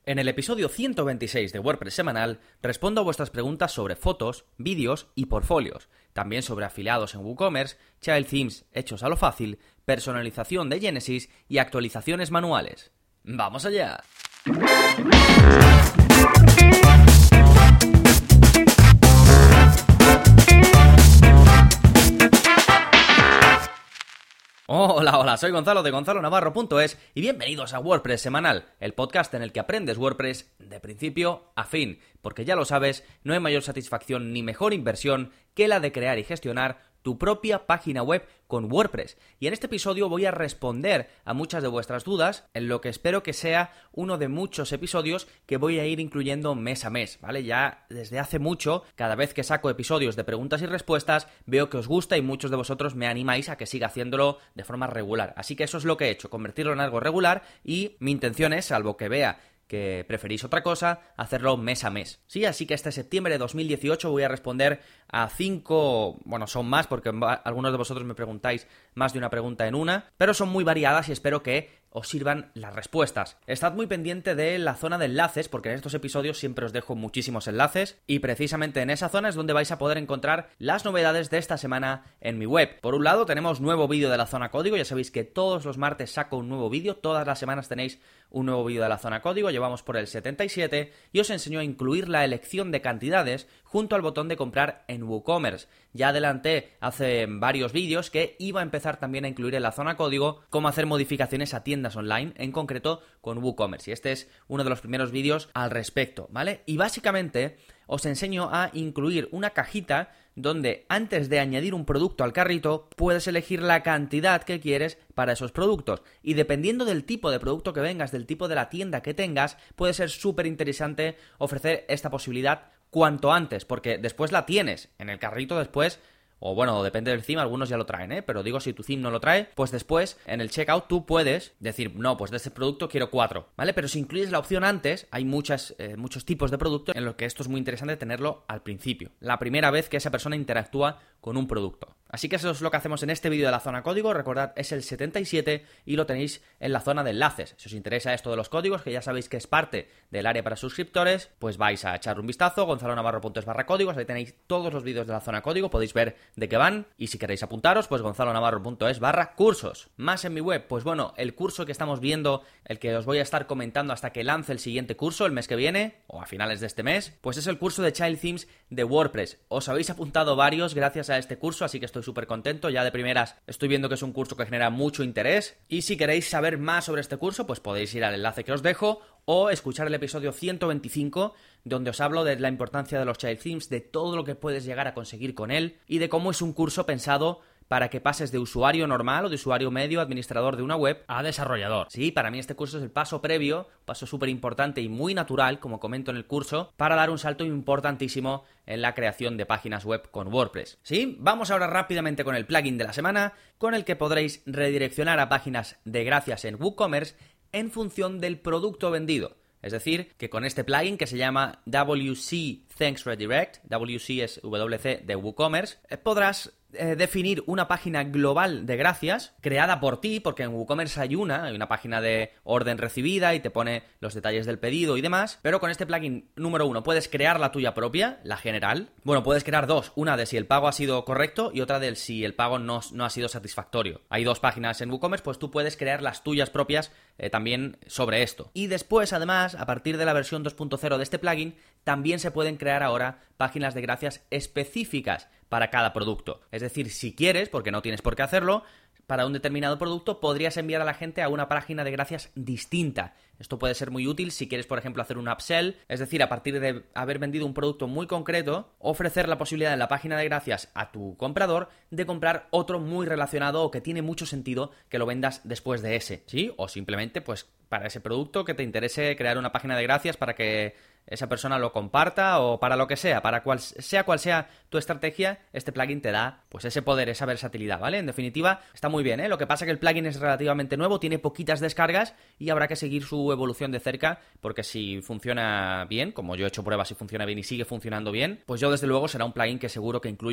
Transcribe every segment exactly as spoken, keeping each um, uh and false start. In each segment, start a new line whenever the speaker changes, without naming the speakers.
En el episodio ciento veintiséis de WordPress Semanal respondo a vuestras preguntas sobre fotos, vídeos y portfolios, también sobre afiliados en WooCommerce, Child Themes hechos a lo fácil, personalización de Genesis y actualizaciones manuales. ¡Vamos allá! Hola, hola, soy Gonzalo de gonzalo navarro punto es y bienvenidos a WordPress Semanal, el podcast en el que aprendes WordPress de principio a fin, porque ya lo sabes, no hay mayor satisfacción ni mejor inversión que la de crear y gestionar tu propia página web con WordPress. Y en este episodio voy a responder a muchas de vuestras dudas, en lo que espero que sea uno de muchos episodios que voy a ir incluyendo mes a mes, ¿vale? Ya desde hace mucho, cada vez que saco episodios de preguntas y respuestas, veo que os gusta y muchos de vosotros me animáis a que siga haciéndolo de forma regular. Así que eso es lo que he hecho, convertirlo en algo regular y mi intención es, salvo que vea que preferís otra cosa, hacerlo mes a mes. Sí, así que este septiembre de dos mil dieciocho voy a responder a cinco, bueno, son más porque algunos de vosotros me preguntáis más de una pregunta en una, pero son muy variadas y espero que os sirvan las respuestas. Estad muy pendiente de la zona de enlaces, porque en estos episodios siempre os dejo muchísimos enlaces, y precisamente en esa zona es donde vais a poder encontrar las novedades de esta semana en mi web. Por un lado, tenemos nuevo vídeo de la zona código, ya sabéis que todos los martes saco un nuevo vídeo, todas las semanas tenéis un nuevo vídeo de la zona código, llevamos por el setenta y siete, y os enseño a incluir la elección de cantidades junto al botón de comprar en WooCommerce. Ya adelanté hace varios vídeos que iba a empezar también a incluir en la zona código cómo hacer modificaciones a tiendas online, en concreto con WooCommerce, y este es uno de los primeros vídeos al respecto, ¿vale? Y básicamente os enseño a incluir una cajita donde antes de añadir un producto al carrito puedes elegir la cantidad que quieres para esos productos, y dependiendo del tipo de producto que vengas, del tipo de la tienda que tengas, puede ser súper interesante ofrecer esta posibilidad cuanto antes, porque después la tienes en el carrito después. O bueno, depende del theme, algunos ya lo traen, ¿eh? Pero digo, si tu theme no lo trae, pues después en el checkout tú puedes decir, no, pues de este producto quiero cuatro, ¿vale? Pero si incluyes la opción antes, hay muchas, eh, muchos tipos de productos en los que esto es muy interesante tenerlo al principio, la primera vez que esa persona interactúa con un producto. Así que eso es lo que hacemos en este vídeo de la zona código, recordad, es el setenta y siete y lo tenéis en la zona de enlaces. Si os interesa esto de los códigos, que ya sabéis que es parte del área para suscriptores, pues vais a echarle un vistazo, gonzalo navarro punto es barra códigos, ahí tenéis todos los vídeos de la zona código, podéis ver de qué van, y si queréis apuntaros, pues gonzalo navarro punto es barra cursos. Más en mi web, pues bueno, el curso que estamos viendo, el que os voy a estar comentando hasta que lance el siguiente curso, el mes que viene, o a finales de este mes, pues es el curso de Child Themes de WordPress. Os habéis apuntado varios gracias a este curso, así que estoy súper contento, ya de primeras estoy viendo que es un curso que genera mucho interés, y si queréis saber más sobre este curso, pues podéis ir al enlace que os dejo, o escuchar el episodio ciento veinticinco, donde os hablo de la importancia de los Child Themes, de todo lo que puedes llegar a conseguir con él, y de cómo es un curso pensado para que pases de usuario normal o de usuario medio, administrador de una web, a desarrollador. Sí, para mí este curso es el paso previo, paso súper importante y muy natural, como comento en el curso, para dar un salto importantísimo en la creación de páginas web con WordPress. Sí, vamos ahora rápidamente con el plugin de la semana, con el que podréis redireccionar a páginas de gracias en WooCommerce en función del producto vendido. Es decir, que con este plugin que se llama W C Thanks Redirect, W C es W C de WooCommerce, eh, podrás eh, definir una página global de gracias creada por ti, porque en WooCommerce hay una, hay una página de orden recibida y te pone los detalles del pedido y demás, pero con este plugin número uno puedes crear la tuya propia, la general. Bueno, puedes crear dos, una de si el pago ha sido correcto y otra de si el pago no, no ha sido satisfactorio. Hay dos páginas en WooCommerce, pues tú puedes crear las tuyas propias eh, también sobre esto. Y después, además, a partir de la versión dos punto cero de este plugin, también se pueden crear ahora páginas de gracias específicas para cada producto. Es decir, si quieres, porque no tienes por qué hacerlo, para un determinado producto podrías enviar a la gente a una página de gracias distinta. Esto puede ser muy útil si quieres, por ejemplo, hacer un upsell, es decir, a partir de haber vendido un producto muy concreto, ofrecer la posibilidad en la página de gracias a tu comprador de comprar otro muy relacionado o que tiene mucho sentido que lo vendas después de ese, ¿sí? O simplemente, pues, para ese producto que te interese crear una página de gracias para que esa persona lo comparta o para lo que sea, para cual sea cual sea tu estrategia, este plugin te da pues ese poder, esa versatilidad, ¿vale? En definitiva, está muy bien, ¿eh? Lo que pasa es que el plugin es relativamente nuevo, tiene poquitas descargas y habrá que seguir su evolución de cerca, porque si funciona bien, como yo he hecho pruebas y funciona bien y sigue funcionando bien, pues yo desde luego será un plugin que seguro que incluya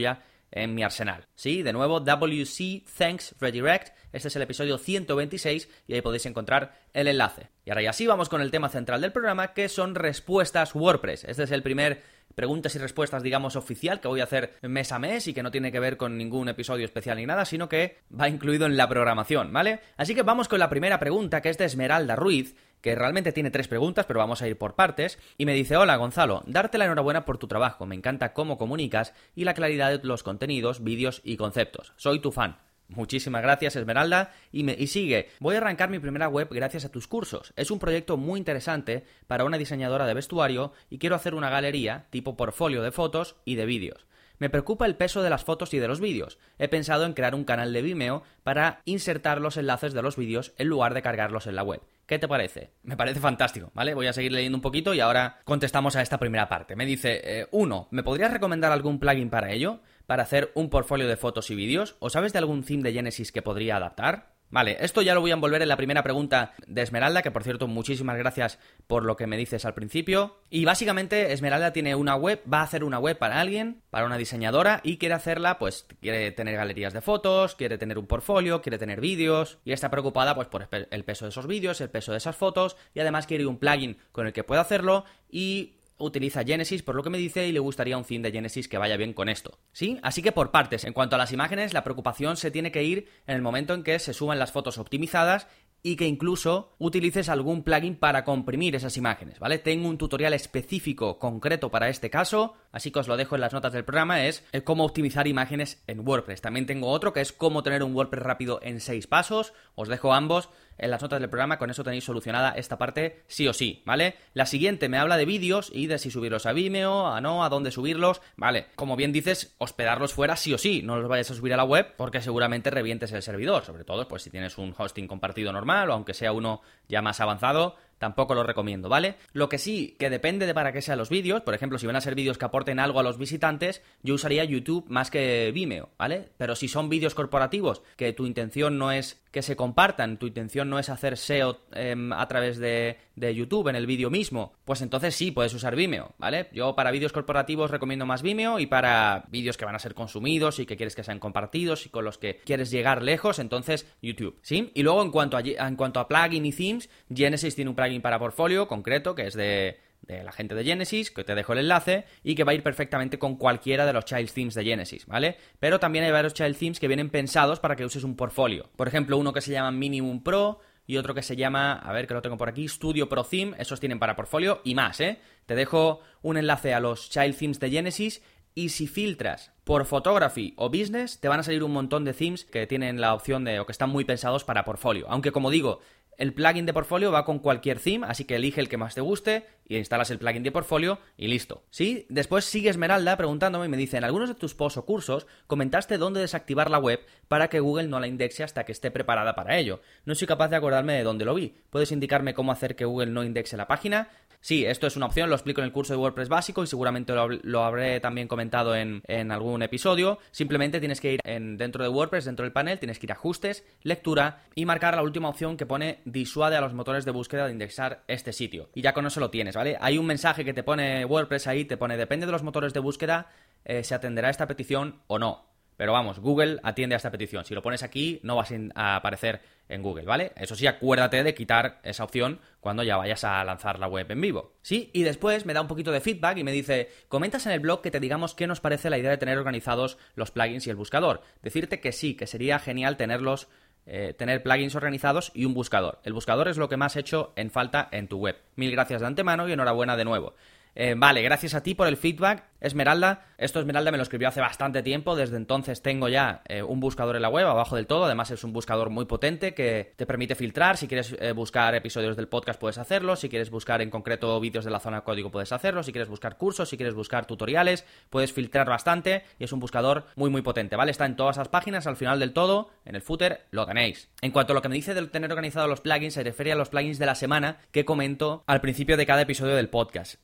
en mi arsenal. Sí, de nuevo, W C Thanks Redirect. Este es el episodio ciento veintiséis y ahí podéis encontrar el enlace. Y ahora ya sí vamos con el tema central del programa, que son respuestas WordPress. Este es el primer preguntas y respuestas, digamos, oficial que voy a hacer mes a mes y que no tiene que ver con ningún episodio especial ni nada, sino que va incluido en la programación, ¿vale? Así que vamos con la primera pregunta, que es de Esmeralda Ruiz, que realmente tiene tres preguntas, pero vamos a ir por partes, y me dice: hola Gonzalo, darte la enhorabuena por tu trabajo, me encanta cómo comunicas y la claridad de los contenidos, vídeos y conceptos. Soy tu fan. Muchísimas gracias, Esmeralda, y, me, y sigue. Voy a arrancar mi primera web gracias a tus cursos. Es un proyecto muy interesante para una diseñadora de vestuario y quiero hacer una galería tipo portfolio de fotos y de vídeos. Me preocupa el peso de las fotos y de los vídeos. He pensado en crear un canal de Vimeo para insertar los enlaces de los vídeos en lugar de cargarlos en la web. ¿Qué te parece? Me parece fantástico, ¿vale? Voy a seguir leyendo un poquito y ahora contestamos a esta primera parte. Me dice, eh, uno, ¿me podrías recomendar algún plugin para ello? ¿Para hacer un portfolio de fotos y vídeos? ¿O sabes de algún theme de Genesis que podría adaptar? Vale, esto ya lo voy a envolver en la primera pregunta de Esmeralda, que por cierto, muchísimas gracias por lo que me dices al principio. Y básicamente Esmeralda tiene una web, va a hacer una web para alguien, para una diseñadora, y quiere hacerla, pues quiere tener galerías de fotos, quiere tener un portfolio, quiere tener vídeos, y está preocupada pues por el peso de esos vídeos, el peso de esas fotos, y además quiere un plugin con el que pueda hacerlo, y utiliza Genesis, por lo que me dice, y le gustaría un theme de Genesis que vaya bien con esto, ¿sí? Así que por partes, en cuanto a las imágenes, la preocupación se tiene que ir en el momento en que se suban las fotos optimizadas y que incluso utilices algún plugin para comprimir esas imágenes, ¿vale? Tengo un tutorial específico, concreto para este caso, así que os lo dejo en las notas del programa, es cómo optimizar imágenes en WordPress. También tengo otro que es cómo tener un WordPress rápido en seis pasos, os dejo ambos en las notas del programa, con eso tenéis solucionada esta parte sí o sí, ¿vale? La siguiente me habla de vídeos y de si subirlos a Vimeo, a no, a dónde subirlos, ¿vale? Como bien dices, hospedarlos fuera sí o sí, no los vayas a subir a la web porque seguramente revientes el servidor, sobre todo pues si tienes un hosting compartido normal o aunque sea uno ya más avanzado, tampoco lo recomiendo, ¿vale? Lo que sí, que depende de para qué sean los vídeos. Por ejemplo, si van a ser vídeos que aporten algo a los visitantes, yo usaría YouTube más que Vimeo, ¿vale? Pero si son vídeos corporativos, que tu intención no es que se compartan, tu intención no es hacer S E O eh, a través de, de YouTube en el vídeo mismo, pues entonces sí, puedes usar Vimeo, ¿vale? Yo para vídeos corporativos recomiendo más Vimeo, y para vídeos que van a ser consumidos y que quieres que sean compartidos y con los que quieres llegar lejos, entonces YouTube, ¿sí? Y luego en cuanto a, en cuanto a plugin y themes, Genesis tiene un plugin para portfolio concreto que es de... de la gente de Genesis, que te dejo el enlace, y que va a ir perfectamente con cualquiera de los child themes de Genesis, ¿vale? Pero también hay varios child themes que vienen pensados para que uses un portfolio. Por ejemplo, uno que se llama Minimum Pro y otro que se llama, a ver que lo tengo por aquí, Studio Pro Theme. Esos tienen para portfolio y más, ¿eh? Te dejo un enlace a los child themes de Genesis, y si filtras por Photography o Business, te van a salir un montón de themes que tienen la opción de, o que están muy pensados para portfolio. Aunque, como digo, el plugin de portfolio va con cualquier theme, así que elige el que más te guste y instalas el plugin de portfolio y listo. ¿Sí? Después sigue Esmeralda preguntándome y me dice: en algunos de tus posts o cursos comentaste dónde desactivar la web para que Google no la indexe hasta que esté preparada para ello. No soy capaz de acordarme de dónde lo vi. ¿Puedes indicarme cómo hacer que Google no indexe la página? Sí, esto es una opción, lo explico en el curso de WordPress básico y seguramente lo, lo habré también comentado en, en algún episodio. Simplemente tienes que ir en, dentro de WordPress, dentro del panel, tienes que ir a ajustes, lectura y marcar la última opción que pone disuade a los motores de búsqueda de indexar este sitio. Y ya con eso lo tienes, ¿vale? Hay un mensaje que te pone WordPress ahí, te pone: depende de los motores de búsqueda, eh, se atenderá a esta petición o no. Pero vamos, Google atiende a esta petición. Si lo pones aquí, no vas a aparecer en Google, ¿vale? Eso sí, acuérdate de quitar esa opción cuando ya vayas a lanzar la web en vivo. Sí, y después me da un poquito de feedback y me dice: comentas en el blog que te digamos qué nos parece la idea de tener organizados los plugins y el buscador. Decirte que sí, que sería genial tenerlos, eh, tener plugins organizados y un buscador. El buscador es lo que más he hecho en falta en tu web. Mil gracias de antemano y enhorabuena de nuevo. Eh, vale, gracias a ti por el feedback, Esmeralda. Esto Esmeralda me lo escribió hace bastante tiempo, desde entonces tengo ya eh, un buscador en la web, abajo del todo. Además es un buscador muy potente que te permite filtrar. Si quieres eh, buscar episodios del podcast puedes hacerlo, si quieres buscar en concreto vídeos de la zona código puedes hacerlo, si quieres buscar cursos, si quieres buscar tutoriales, puedes filtrar bastante y es un buscador muy muy potente, ¿vale? Está en todas las páginas, al final del todo, en el footer, lo tenéis. En cuanto a lo que me dice de tener organizados los plugins, se refiere a los plugins de la semana que comento al principio de cada episodio del podcast. Sí,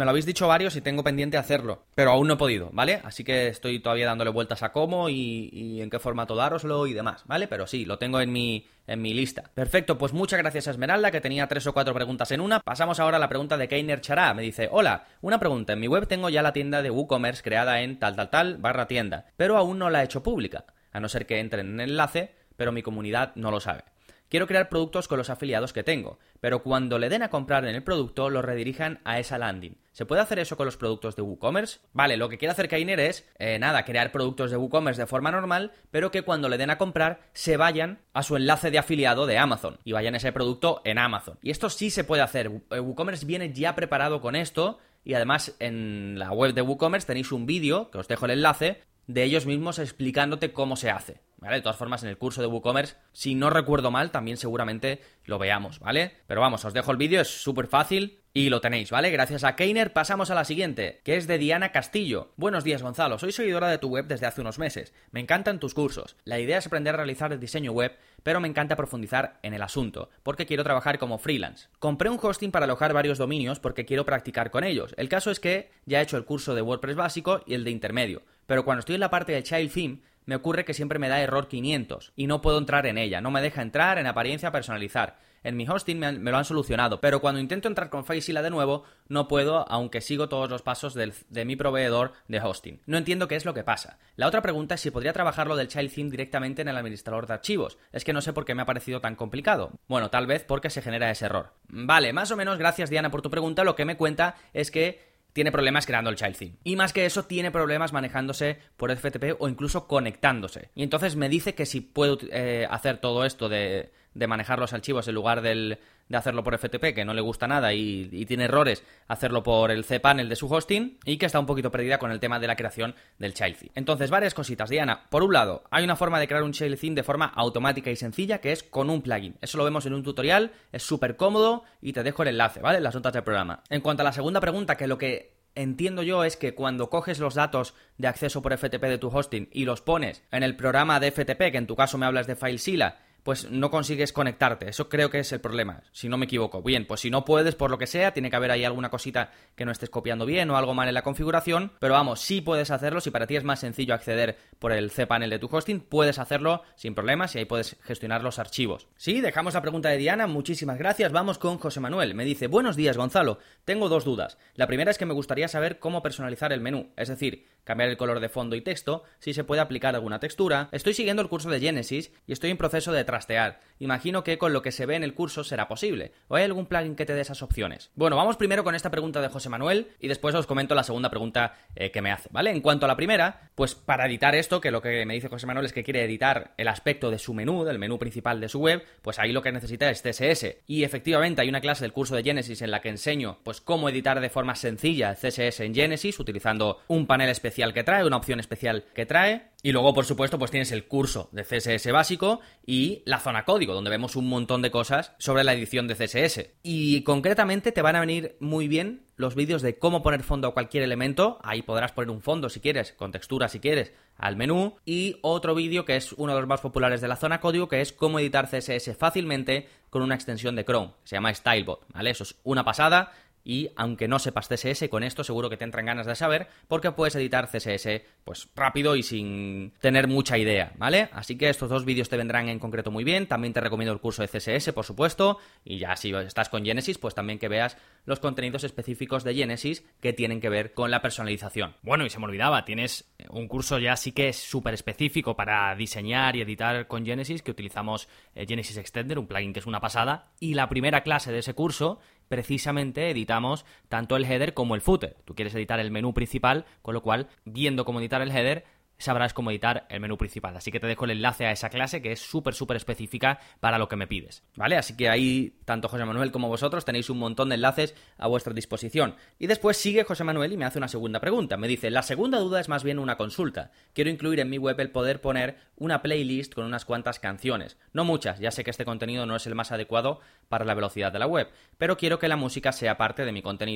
me lo habéis dicho varios y tengo pendiente hacerlo, pero aún no he podido, ¿vale? Así que estoy todavía dándole vueltas a cómo y, y en qué formato dároslo y demás, ¿vale? Pero sí, lo tengo en mi, en mi lista. Perfecto, pues muchas gracias a Esmeralda, que tenía tres o cuatro preguntas en una. Pasamos ahora a la pregunta de Keiner Chará. Me dice, hola, una pregunta, en mi web tengo ya la tienda de WooCommerce creada en tal tal tal barra tienda, pero aún no la he hecho pública, a no ser que entren en el enlace, pero mi comunidad no lo sabe. Quiero crear productos con los afiliados que tengo, pero cuando le den a comprar en el producto, lo redirijan a esa landing. ¿Se puede hacer eso con los productos de WooCommerce? Vale, lo que quiere hacer Keiner es, eh, nada, crear productos de WooCommerce de forma normal, pero que cuando le den a comprar, se vayan a su enlace de afiliado de Amazon y vayan a ese producto en Amazon. Y esto sí se puede hacer. WooCommerce viene ya preparado con esto, y además en la web de WooCommerce tenéis un vídeo, que os dejo el enlace, de ellos mismos explicándote cómo se hace, ¿vale? De todas formas, en el curso de WooCommerce, si no recuerdo mal, también seguramente lo veamos, ¿vale? Pero vamos, os dejo el vídeo, es súper fácil y lo tenéis, ¿vale? Gracias a Keiner. Pasamos a la siguiente, que es de Diana Castillo. Buenos días, Gonzalo, soy seguidora de tu web desde hace unos meses. Me encantan tus cursos. La idea es aprender a realizar el diseño web, pero me encanta profundizar en el asunto, porque quiero trabajar como freelance. Compré un hosting para alojar varios dominios porque quiero practicar con ellos. El caso es que ya he hecho el curso de WordPress básico y el de intermedio, pero cuando estoy en la parte del Child Theme, me ocurre que siempre me da error quinientos y no puedo entrar en ella, no me deja entrar en apariencia personalizar. En mi hosting me, han, me lo han solucionado, pero cuando intento entrar con Facezilla de nuevo, no puedo, aunque sigo todos los pasos del, de mi proveedor de hosting. No entiendo qué es lo que pasa. La otra pregunta es si podría trabajar lo del Child Theme directamente en el administrador de archivos. Es que no sé por qué me ha parecido tan complicado. Bueno, tal vez porque se genera ese error. Vale, más o menos, gracias Diana por tu pregunta. Lo que me cuenta es que tiene problemas creando el Child Theme. Y más que eso, tiene problemas manejándose por F T P o incluso conectándose. Y entonces me dice que si puedo eh, hacer todo esto de, de manejar los archivos en lugar del, de hacerlo por F T P, que no le gusta nada y, y tiene errores, hacerlo por el cPanel de su hosting, y que está un poquito perdida con el tema de la creación del Child Theme. Entonces, varias cositas, Diana. Por un lado, hay una forma de crear un Child Theme de forma automática y sencilla, que es con un plugin. Eso lo vemos en un tutorial, es súper cómodo y te dejo el enlace, ¿vale? En las notas del programa. En cuanto a la segunda pregunta, que lo que entiendo yo es que cuando coges los datos de acceso por F T P de tu hosting y los pones en el programa de F T P, que en tu caso me hablas de Filezilla, pues no consigues conectarte. Eso creo que es el problema, si no me equivoco. Bien, pues si no puedes, por lo que sea, tiene que haber ahí alguna cosita que no estés copiando bien o algo mal en la configuración, pero vamos, sí puedes hacerlo. Si para ti es más sencillo acceder por el cPanel de tu hosting, puedes hacerlo sin problemas y ahí puedes gestionar los archivos. Sí, dejamos la pregunta de Diana, muchísimas gracias. Vamos con José Manuel. Me dice, buenos días, Gonzalo. Tengo dos dudas. La primera es que me gustaría saber cómo personalizar el menú, es decir, cambiar el color de fondo y texto, si se puede aplicar alguna textura. Estoy siguiendo el curso de Genesis y estoy en proceso de trastear. Imagino que con lo que se ve en el curso será posible. ¿O hay algún plugin que te dé esas opciones? Bueno, vamos primero con esta pregunta de José Manuel y después os comento la segunda pregunta eh, que me hace, ¿vale? En cuanto a la primera, pues para editar esto, que lo que me dice José Manuel es que quiere editar el aspecto de su menú, del menú principal de su web, pues ahí lo que necesita es C S S. Y efectivamente hay una clase del curso de Genesis en la que enseño pues cómo editar de forma sencilla C S S en Genesis utilizando un panel especial que trae, una opción especial que trae. Y luego, por supuesto, pues tienes el curso de C S S básico y la zona código, donde vemos un montón de cosas sobre la edición de C S S. Y concretamente te van a venir muy bien los vídeos de cómo poner fondo a cualquier elemento. Ahí podrás poner un fondo si quieres, con textura si quieres, al menú. Y otro vídeo que es uno de los más populares de la zona código, que es cómo editar C S S fácilmente con una extensión de Chrome, que se llama Stylebot, ¿vale? Eso es una pasada. Y aunque no sepas C S S, con esto seguro que te entran ganas de saber, porque puedes editar C S S pues rápido y sin tener mucha idea, ¿vale? Así que estos dos vídeos te vendrán en concreto muy bien. También te recomiendo el curso de C S S, por supuesto, y ya si estás con Genesis, pues también que veas los contenidos específicos de Genesis que tienen que ver con la personalización.
Bueno, y se me olvidaba, tienes un curso ya sí que es súper específico para diseñar y editar con Genesis, que utilizamos eh, Genesis Extender, un plugin que es una pasada, y la primera clase de ese curso precisamente editamos tanto el header como el footer. Tú quieres editar el menú principal, con lo cual, viendo cómo editar el header, sabrás cómo editar el menú principal. Así que te dejo el enlace a esa clase que es súper, súper específica para lo que me pides,
¿vale? Así que ahí, tanto José Manuel como vosotros tenéis un montón de enlaces a vuestra disposición. Y después sigue José Manuel y me hace una segunda pregunta. Me dice, la segunda duda es más bien una consulta. Quiero incluir en mi web el poder poner una playlist con unas cuantas canciones. No muchas, ya sé que este contenido no es el más adecuado para la velocidad de la web, pero quiero que la música sea parte de mi contenido.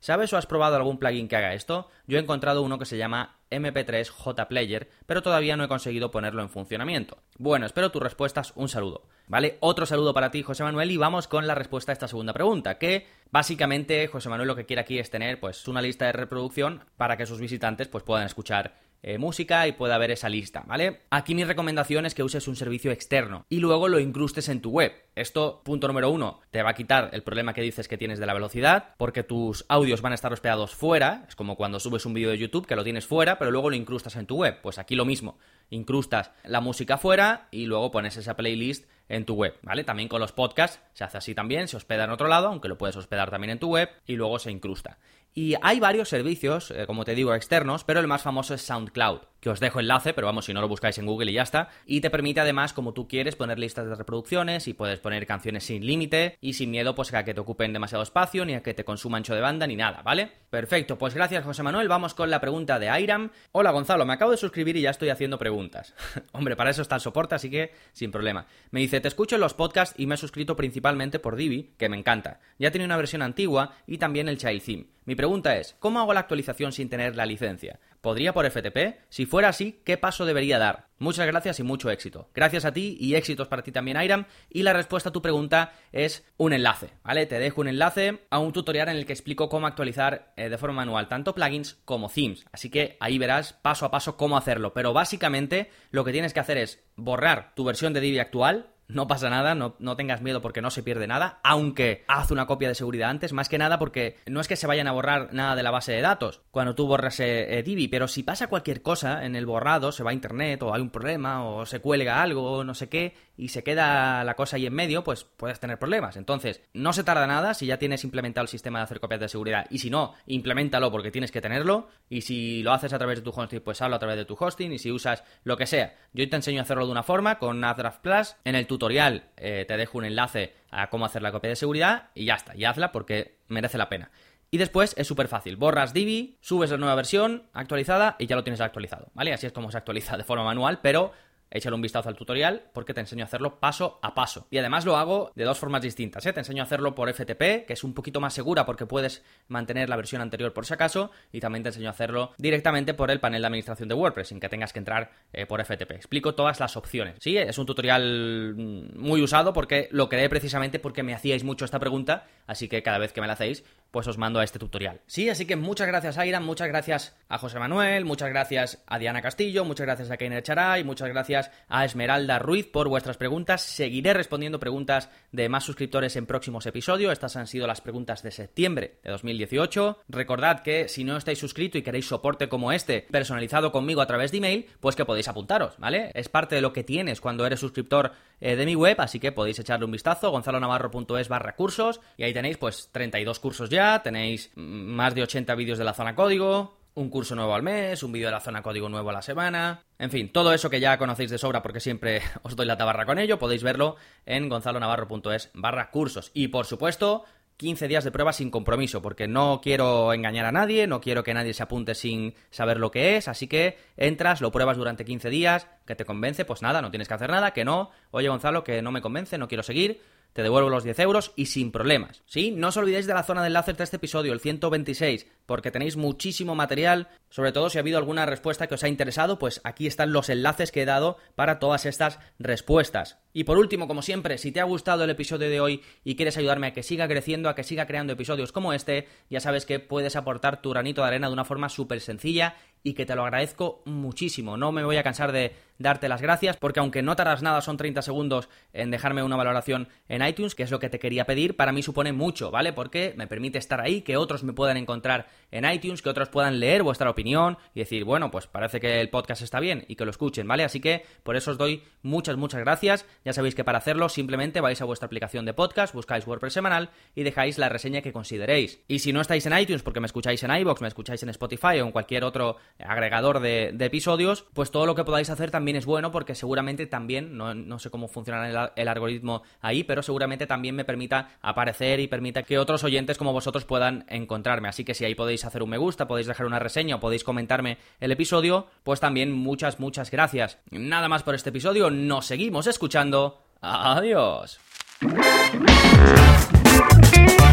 ¿Sabes o has probado algún plugin que haga esto? Yo he encontrado uno que se llama eme pe tres J Player, pero todavía no he conseguido ponerlo en funcionamiento. Bueno, espero tus respuestas, un saludo. ¿Vale? Otro saludo para ti, José Manuel, y vamos con la respuesta a esta segunda pregunta, que básicamente José Manuel lo que quiere aquí es tener pues una lista de reproducción para que sus visitantes pues puedan escuchar eh, música y pueda ver esa lista, ¿vale? Aquí mi recomendación es que uses un servicio externo y luego lo incrustes en tu web. Esto, punto número uno, te va a quitar el problema que dices que tienes de la velocidad, porque tus audios van a estar hospedados fuera, es como cuando subes un vídeo de YouTube que lo tienes fuera, pero luego lo incrustas en tu web. Pues aquí lo mismo, incrustas la música fuera y luego pones esa playlist en tu web, ¿vale? También con los podcasts se hace así también, se hospeda en otro lado, aunque lo puedes hospedar también en tu web y luego se incrusta. Y hay varios servicios, eh, como te digo, externos, pero el más famoso es SoundCloud, que os dejo enlace, pero vamos, si no lo buscáis en Google y ya está, y te permite además, como tú quieres, poner listas de reproducciones y puedes poner canciones sin límite y sin miedo pues a que te ocupen demasiado espacio, ni a que te consuma ancho de banda, ni nada, ¿vale? Perfecto, pues gracias José Manuel, vamos con la pregunta de Airam. Hola Gonzalo, me acabo de suscribir y ya estoy haciendo preguntas. Hombre, para eso está el soporte, así que sin problema. Me dice, te escucho en los podcasts y me he suscrito principalmente por Divi, que me encanta. Ya tenía una versión antigua y también el Child Theme. Mi pregunta es, ¿cómo hago la actualización sin tener la licencia? ¿Podría por F T P? Si fuera así, ¿qué paso debería dar? Muchas gracias y mucho éxito. Gracias a ti y éxitos para ti también, Airam. Y la respuesta a tu pregunta es un enlace, ¿vale? Te dejo un enlace a un tutorial en el que explico cómo actualizar eh, de forma manual tanto plugins como themes. Así que ahí verás paso a paso cómo hacerlo. Pero básicamente lo que tienes que hacer es borrar tu versión de Divi actual. No pasa nada, no, no tengas miedo porque no se pierde nada, aunque haz una copia de seguridad antes, más que nada porque no es que se vayan a borrar nada de la base de datos cuando tú borras eh, Divi, pero si pasa cualquier cosa en el borrado, se va a internet o hay un problema o se cuelga algo o no sé qué y se queda la cosa ahí en medio, pues puedes tener problemas. Entonces, no se tarda nada si ya tienes implementado el sistema de hacer copias de seguridad y si no, implementalo porque tienes que tenerlo y si lo haces a través de tu hosting, pues hazlo a través de tu hosting y si usas lo que sea. Yo te enseño a hacerlo de una forma con NavDraft Plus, en el tutorial eh, te dejo un enlace a cómo hacer la copia de seguridad y ya está, y hazla porque merece la pena. Y después es súper fácil, borras Divi, subes la nueva versión actualizada y ya lo tienes actualizado, ¿vale? Así es como se actualiza de forma manual, pero échale un vistazo al tutorial porque te enseño a hacerlo paso a paso. Y además lo hago de dos formas distintas, ¿eh? Te enseño a hacerlo por F T P, que es un poquito más segura porque puedes mantener la versión anterior por si acaso, y también te enseño a hacerlo directamente por el panel de administración de WordPress, sin que tengas que entrar eh, por F T P. Explico todas las opciones, ¿sí? Es un tutorial muy usado porque lo creé precisamente porque me hacíais mucho esta pregunta, así que cada vez que me la hacéis, pues os mando a este tutorial. Sí, así que muchas gracias a Airam, muchas gracias a José Manuel, muchas gracias a Diana Castillo, muchas gracias a Keiner Charay, muchas gracias a Esmeralda Ruiz por vuestras preguntas. Seguiré respondiendo preguntas de más suscriptores en próximos episodios. Estas han sido las preguntas de septiembre de dos mil dieciocho. Recordad que si no estáis suscritos y queréis soporte como este, personalizado conmigo a través de email, pues que podéis apuntaros, ¿vale? Es parte de lo que tienes cuando eres suscriptor eh, de mi web, así que podéis echarle un vistazo, gonzalonavarro.es barra cursos, y ahí tenéis pues treinta y dos cursos ya, tenéis más de ochenta vídeos de la zona código, un curso nuevo al mes, un vídeo de la zona código nuevo a la semana, en fin, todo eso que ya conocéis de sobra porque siempre os doy la tabarra con ello, podéis verlo en gonzalonavarro.es barra cursos. Y por supuesto, quince días de prueba sin compromiso, porque no quiero engañar a nadie, no quiero que nadie se apunte sin saber lo que es, así que entras, lo pruebas durante quince días, que te convence, pues nada, no tienes que hacer nada, que no, oye Gonzalo, que no me convence, no quiero seguir, te devuelvo los diez euros y sin problemas, ¿sí? No os olvidéis de la zona de enlaces de este episodio, el ciento veintiséis, porque tenéis muchísimo material, sobre todo si ha habido alguna respuesta que os ha interesado, pues aquí están los enlaces que he dado para todas estas respuestas. Y por último, como siempre, si te ha gustado el episodio de hoy y quieres ayudarme a que siga creciendo, a que siga creando episodios como este, ya sabes que puedes aportar tu granito de arena de una forma súper sencilla y que te lo agradezco muchísimo. No me voy a cansar de darte las gracias porque aunque no tardas nada, son treinta segundos en dejarme una valoración en iTunes, que es lo que te quería pedir, para mí supone mucho, ¿vale? Porque me permite estar ahí, que otros me puedan encontrar en iTunes, que otros puedan leer vuestra opinión y decir, bueno, pues parece que el podcast está bien y que lo escuchen, ¿vale? Así que por eso os doy muchas, muchas gracias. Ya sabéis que para hacerlo simplemente vais a vuestra aplicación de podcast, buscáis WordPress semanal y dejáis la reseña que consideréis. Y si no estáis en iTunes porque me escucháis en iVoox, me escucháis en Spotify o en cualquier otro agregador de, de episodios, pues todo lo que podáis hacer también es bueno porque seguramente también, no, no sé cómo funciona el, el algoritmo ahí, pero seguramente también me permita aparecer y permita que otros oyentes como vosotros puedan encontrarme. Así que si ahí podéis hacer un me gusta, podéis dejar una reseña o podéis comentarme el episodio, pues también muchas, muchas gracias. Nada más por este episodio, nos seguimos escuchando. Adiós.